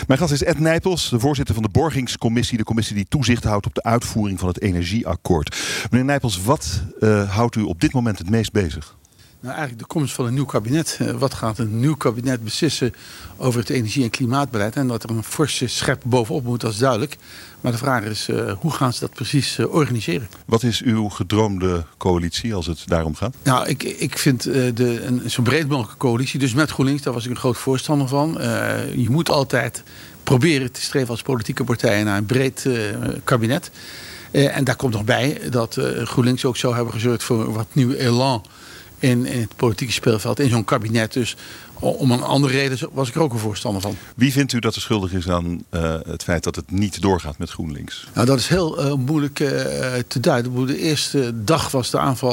Mijn gast is Ed Nijpels, de voorzitter van de Borgingscommissie. De commissie die toezicht houdt op de uitvoering van het energieakkoord. Meneer Nijpels, wat houdt u op dit moment het meest bezig? Nou, eigenlijk de komst van een nieuw kabinet. Wat gaat een nieuw kabinet beslissen over het energie- en klimaatbeleid? En dat er een forse schep bovenop moet, dat is duidelijk. Maar de vraag is, hoe gaan ze dat precies organiseren? Wat is uw gedroomde coalitie als het daarom gaat? Nou, ik vind een zo breed mogelijke coalitie. Dus met GroenLinks, daar was ik een groot voorstander van. Je moet altijd proberen te streven als politieke partijen naar een breed kabinet. En daar komt nog bij dat GroenLinks ook zou hebben gezorgd voor wat nieuw elan in het politieke speelveld, in zo'n kabinet. Dus om een andere reden was ik er ook een voorstander van. Wie vindt u dat er schuldig is aan het feit dat het niet doorgaat met GroenLinks? Nou, dat is heel moeilijk te duiden. De eerste dag werd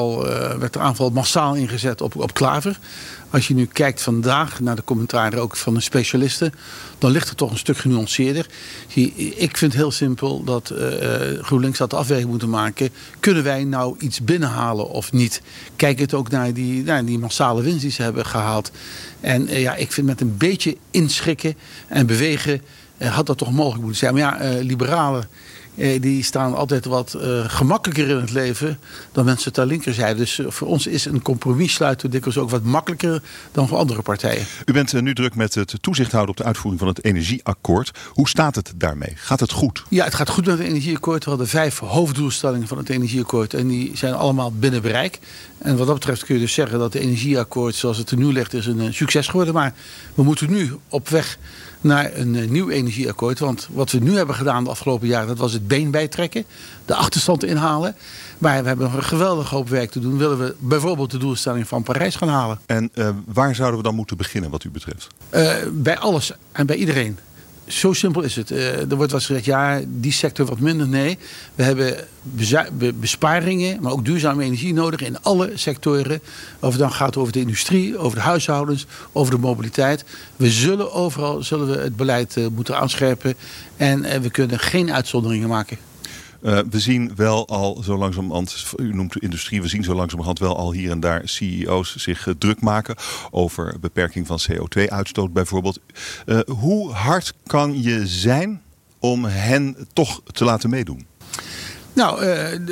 de aanval massaal ingezet op Klaver. Als je nu kijkt vandaag naar de commentaren ook van de specialisten, dan ligt het toch een stuk genuanceerder. Ik vind heel simpel dat GroenLinks dat de afweging moeten maken. Kunnen wij nou iets binnenhalen of niet? Kijk het ook naar die massale winst die ze hebben gehaald. En ik vind met een beetje inschikken en bewegen had dat toch mogelijk moeten zijn. Maar liberalen die staan altijd wat gemakkelijker in het leven dan mensen ter linkerzijde. Dus voor ons is een compromis sluiten dikwijls ook wat makkelijker dan voor andere partijen. U bent nu druk met het toezicht houden op de uitvoering van het energieakkoord. Hoe staat het daarmee? Gaat het goed? Ja, het gaat goed met het energieakkoord. We hadden 5 hoofddoelstellingen van het energieakkoord en die zijn allemaal binnen bereik. En wat dat betreft kun je dus zeggen dat het energieakkoord zoals het er nu ligt is een succes geworden. Maar we moeten nu op weg naar een nieuw energieakkoord. Want wat we nu hebben gedaan de afgelopen jaren, dat was het been bijtrekken. De achterstand inhalen. Maar we hebben nog een geweldige hoop werk te doen. Willen we bijvoorbeeld de doelstelling van Parijs gaan halen. En waar zouden we dan moeten beginnen wat u betreft? Bij alles en bij iedereen. Zo simpel is het. Er wordt wel eens gezegd, die sector wat minder. Nee, we hebben besparingen, maar ook duurzame energie nodig in alle sectoren. Of het dan gaat over de industrie, over de huishoudens, over de mobiliteit. We zullen overal het beleid moeten aanscherpen. En we kunnen geen uitzonderingen maken. We zien wel al zo langzamerhand, u noemt de industrie, we zien zo langzamerhand wel al hier en daar CEO's zich druk maken over beperking van CO2-uitstoot bijvoorbeeld. Hoe hard kan je zijn om hen toch te laten meedoen? Nou,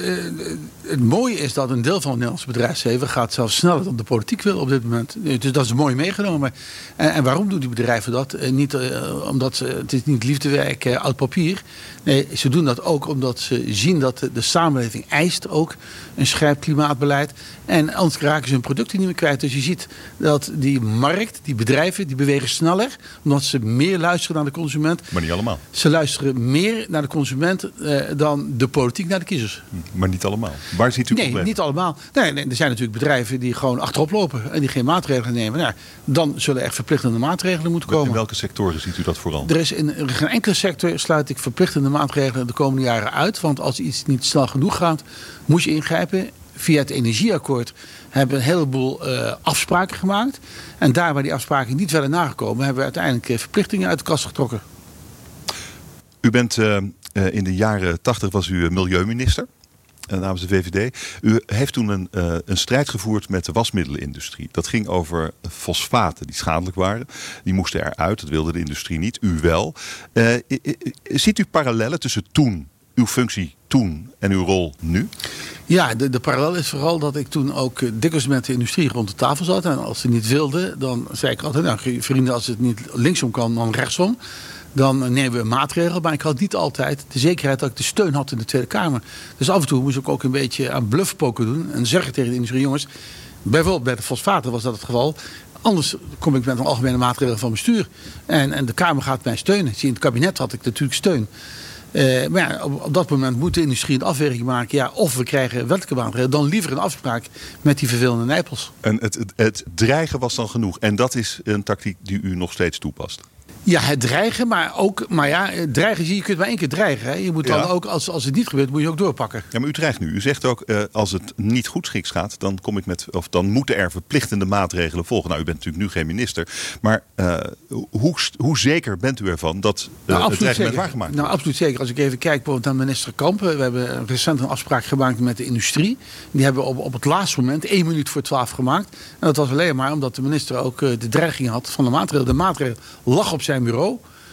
het mooie is dat een deel van het Nederlandse bedrijfsleven gaat zelfs sneller dan de politiek wil op dit moment. Dus dat is mooi meegenomen. En waarom doen die bedrijven dat? Niet omdat het is niet liefdewerk, oud papier. Nee, ze doen dat ook omdat ze zien dat de samenleving eist ook een scherp klimaatbeleid. En anders raken ze hun producten niet meer kwijt. Dus je ziet dat die markt, die bedrijven, die bewegen sneller. Omdat ze meer luisteren naar de consument. Maar niet allemaal. Ze luisteren meer naar de consument dan de politiek naar de kiezers. Maar niet allemaal. Waar ziet u Nee, probleem? niet allemaal. Nee, er zijn natuurlijk bedrijven die gewoon achterop lopen en die geen maatregelen nemen. Nou, dan zullen er verplichtende maatregelen moeten komen. In welke sectoren ziet u dat vooral? Er is in geen enkele sector sluit ik verplichtende maatregelen de komende jaren uit. Want als iets niet snel genoeg gaat, moet je ingrijpen. Via het energieakkoord hebben we een heleboel afspraken gemaakt. En daar waar die afspraken niet werden nagekomen, hebben we uiteindelijk verplichtingen uit de kast getrokken. U bent in de jaren 80 was u milieuminister namens de VVD. U heeft toen een strijd gevoerd met de wasmiddelenindustrie. Dat ging over fosfaten die schadelijk waren. Die moesten eruit, dat wilde de industrie niet. U wel. Ziet u parallellen tussen toen, uw functie toen en uw rol nu? Ja, de parallel is vooral dat ik toen ook dikwijls met de industrie rond de tafel zat. En als ze niet wilden, dan zei ik altijd, nou vrienden, als het niet linksom kan, dan rechtsom. Dan nemen we een maatregel. Maar ik had niet altijd de zekerheid dat ik de steun had in de Tweede Kamer. Dus af en toe moest ik ook een beetje aan bluffpoken doen. En zeggen tegen de industrie, jongens, bijvoorbeeld bij de fosfaten was dat het geval. Anders kom ik met een algemene maatregel van bestuur. En de Kamer gaat mij steunen. In het kabinet had ik natuurlijk steun. Maar ja, op dat moment moet de industrie een afweging maken. Ja, of we krijgen wettelijke maatregelen, dan liever een afspraak met die vervelende Nijpels. En het dreigen was dan genoeg. En dat is een tactiek die u nog steeds toepast. Ja, het dreigen, het dreigen zie je kunt maar één keer dreigen. Hè. Je moet dan ook, als het niet gebeurt, moet je ook doorpakken. Ja, maar u dreigt nu. U zegt ook, als het niet goedschiks gaat, dan moeten er verplichtende maatregelen volgen. Nou, u bent natuurlijk nu geen minister. Maar hoe zeker bent u ervan dat het dreigement waargemaakt wordt? Nou, absoluut zeker. Als ik even kijk bijvoorbeeld naar minister Kamp. We hebben recent een afspraak gemaakt met de industrie. Die hebben we op het laatste moment 1 minuut voor 12 gemaakt. En dat was alleen maar omdat de minister ook de dreiging had van de maatregel. De maatregel lag op zijn bureau.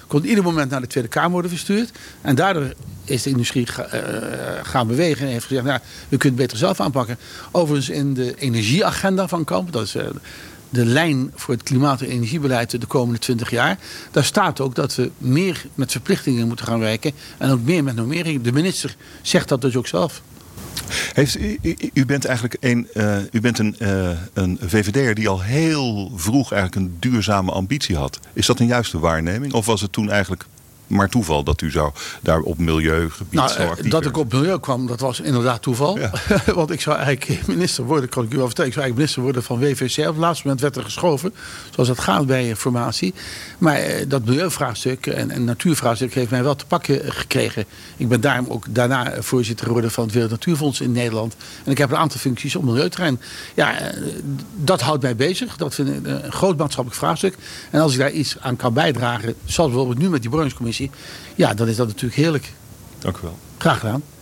kon ieder moment naar de Tweede Kamer worden verstuurd. En daardoor is de industrie gaan bewegen en heeft gezegd, nou, we kunnen het beter zelf aanpakken. Overigens in de energieagenda van Kamp, dat is de lijn voor het klimaat- en energiebeleid de komende 20 jaar. Daar staat ook dat we meer met verplichtingen moeten gaan werken en ook meer met normeringen. De minister zegt dat dus ook zelf. U bent eigenlijk een VVD'er die al heel vroeg eigenlijk een duurzame ambitie had. Is dat een juiste waarneming? Of was het toen eigenlijk maar toeval dat u daar op milieugebied zo actief dat werd? ik op milieu kwam, dat was inderdaad toeval. Ja. Want ik zou eigenlijk minister worden, kan ik u wel vertellen. Ik zou eigenlijk minister worden van WVC. Op het laatste moment werd er geschoven. Zoals dat gaat bij formatie. Maar dat milieuvraagstuk en natuurvraagstuk heeft mij wel te pakken gekregen. Ik ben daarom ook daarna voorzitter geworden van het Wereld Natuurfonds in Nederland. En ik heb een aantal functies op milieuterrein. Ja, dat houdt mij bezig. Dat vind ik een groot maatschappelijk vraagstuk. En als ik daar iets aan kan bijdragen, zoals bijvoorbeeld nu met die Borningscommissie, ja, dan is dat natuurlijk heerlijk. Dank u wel. Graag gedaan.